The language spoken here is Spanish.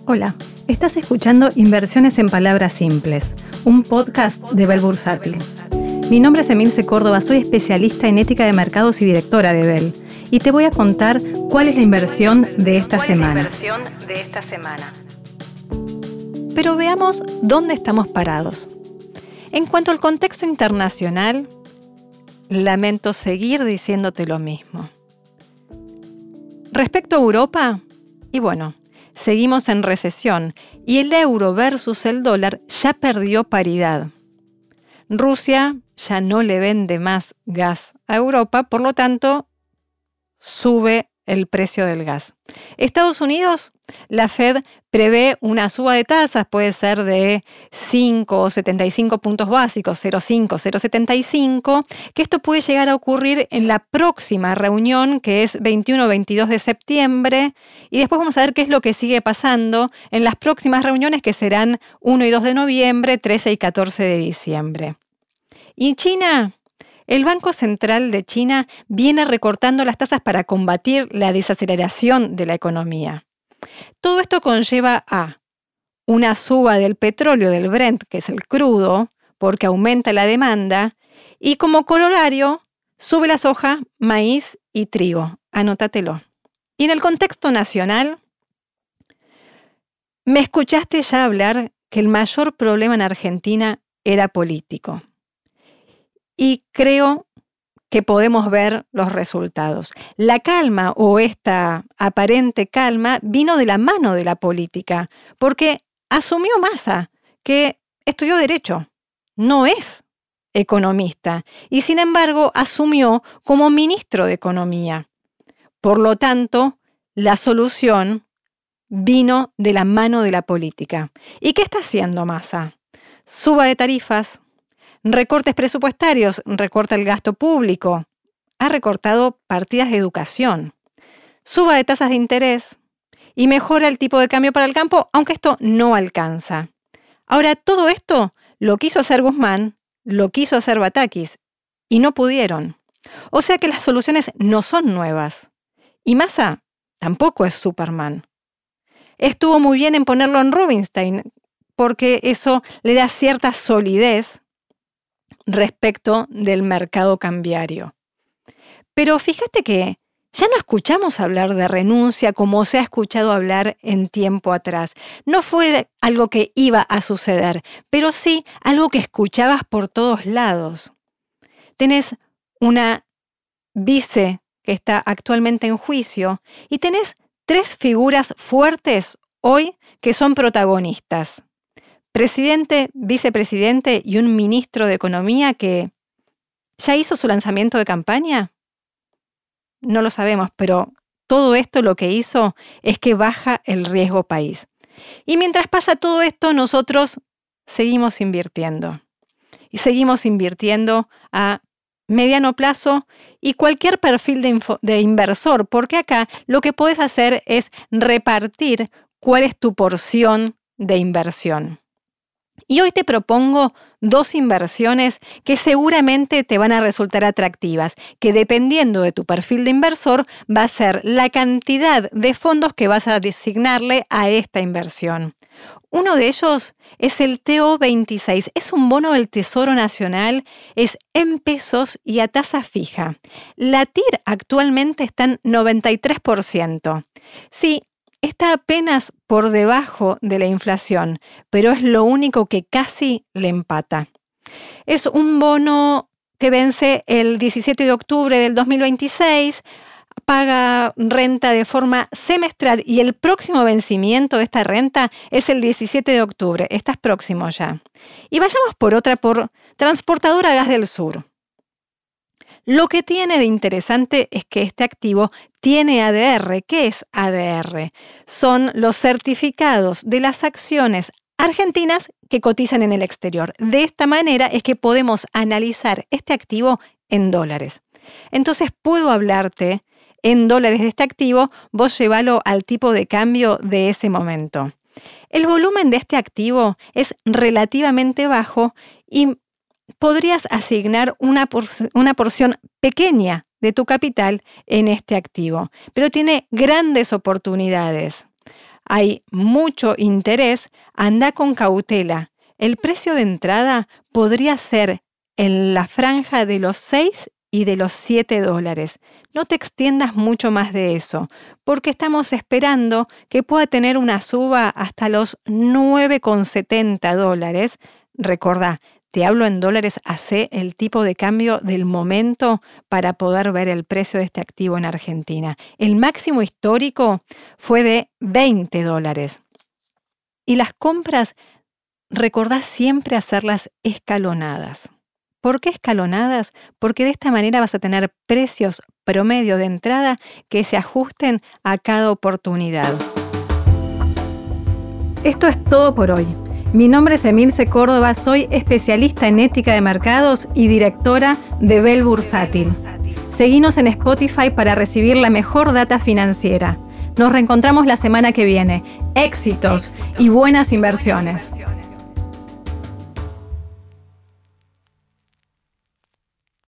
Hola, estás escuchando Inversiones en Palabras Simples, un podcast de Bell Bursátil. Mi nombre es Emilce Córdoba, soy especialista en ética de mercados y directora de Bell, y te voy a contar cuál es la inversión de esta semana. Pero veamos dónde estamos parados. En cuanto al contexto internacional, lamento seguir diciéndote lo mismo. Respecto a Europa, y bueno, seguimos en recesión y el euro versus el dólar ya perdió paridad. Rusia ya no le vende más gas a Europa, por lo tanto, sube el precio del gas. Estados Unidos, la Fed prevé una suba de tasas, puede ser de 5 o 75 puntos básicos, 0,5, 0,75, que esto puede llegar a ocurrir en la próxima reunión, que es 21 o 22 de septiembre, y después vamos a ver qué es lo que sigue pasando en las próximas reuniones, que serán 1 y 2 de noviembre, 13 y 14 de diciembre. ¿Y China? El Banco Central de China viene recortando las tasas para combatir la desaceleración de la economía. Todo esto conlleva a una suba del petróleo, del Brent, que es el crudo, porque aumenta la demanda, y como corolario sube la soja, maíz y trigo. Anótatelo. Y en el contexto nacional, me escuchaste ya hablar que el mayor problema en Argentina era político. Y creo que podemos ver los resultados. La calma o esta aparente calma vino de la mano de la política, porque asumió Massa, que estudió Derecho, no es economista, y sin embargo asumió como ministro de Economía. Por lo tanto, la solución vino de la mano de la política. ¿Y qué está haciendo Massa? Suba de tarifas, recortes presupuestarios, recorta el gasto público, ha recortado partidas de educación, suba de tasas de interés y mejora el tipo de cambio para el campo, aunque esto no alcanza. Ahora, todo esto lo quiso hacer Guzmán, lo quiso hacer Batakis y no pudieron. O sea que las soluciones no son nuevas. Y Massa tampoco es Superman. Estuvo muy bien en ponerlo en Rubinstein, porque eso le da cierta solidez respecto del mercado cambiario. Pero fíjate que ya no escuchamos hablar de renuncia como se ha escuchado hablar en tiempo atrás. No fue algo que iba a suceder, pero sí algo que escuchabas por todos lados. Tenés una vice que está actualmente en juicio y tenés 3 figuras fuertes hoy que son protagonistas. Presidente, vicepresidente y un ministro de Economía que ya hizo su lanzamiento de campaña. No lo sabemos, pero todo esto lo que hizo es que baja el riesgo país. Y mientras pasa todo esto, nosotros seguimos invirtiendo. Y seguimos invirtiendo a mediano plazo y cualquier perfil de inversor, porque acá lo que puedes hacer es repartir cuál es tu porción de inversión. Y hoy te propongo 2 inversiones que seguramente te van a resultar atractivas, que dependiendo de tu perfil de inversor va a ser la cantidad de fondos que vas a designarle a esta inversión. Uno de ellos es el TO26, es un bono del Tesoro Nacional, es en pesos y a tasa fija. La TIR actualmente está en 93%. Sí, está apenas por debajo de la inflación, pero es lo único que casi le empata. Es un bono que vence el 17 de octubre del 2026, paga renta de forma semestral y el próximo vencimiento de esta renta es el 17 de octubre. Estás próximo ya. Y vayamos por otra, por Transportadora Gas del Sur. Lo que tiene de interesante es que este activo tiene ADR. ¿Qué es ADR? Son los certificados de las acciones argentinas que cotizan en el exterior. De esta manera es que podemos analizar este activo en dólares. Entonces puedo hablarte en dólares de este activo, vos llévalo al tipo de cambio de ese momento. El volumen de este activo es relativamente bajo y podrías asignar una porción pequeña de tu capital en este activo, pero tiene grandes oportunidades. hay mucho interés, anda con cautela. El precio de entrada podría ser en la franja de los 6 y de los $7. No te extiendas mucho más de eso, porque estamos esperando que pueda tener una suba hasta los $9,70. Recordá, te hablo en dólares, hacé el tipo de cambio del momento para poder ver el precio de este activo en Argentina. El máximo histórico fue de $20. Y las compras, recordá siempre hacerlas escalonadas. ¿Por qué escalonadas? Porque de esta manera vas a tener precios promedio de entrada que se ajusten a cada oportunidad. Esto es todo por hoy. Mi nombre es Emilce Córdoba, soy especialista en ética de mercados y directora de Bell Bursátil. Seguinos en Spotify para recibir la mejor data financiera. Nos reencontramos la semana que viene. Éxitos y buenas inversiones.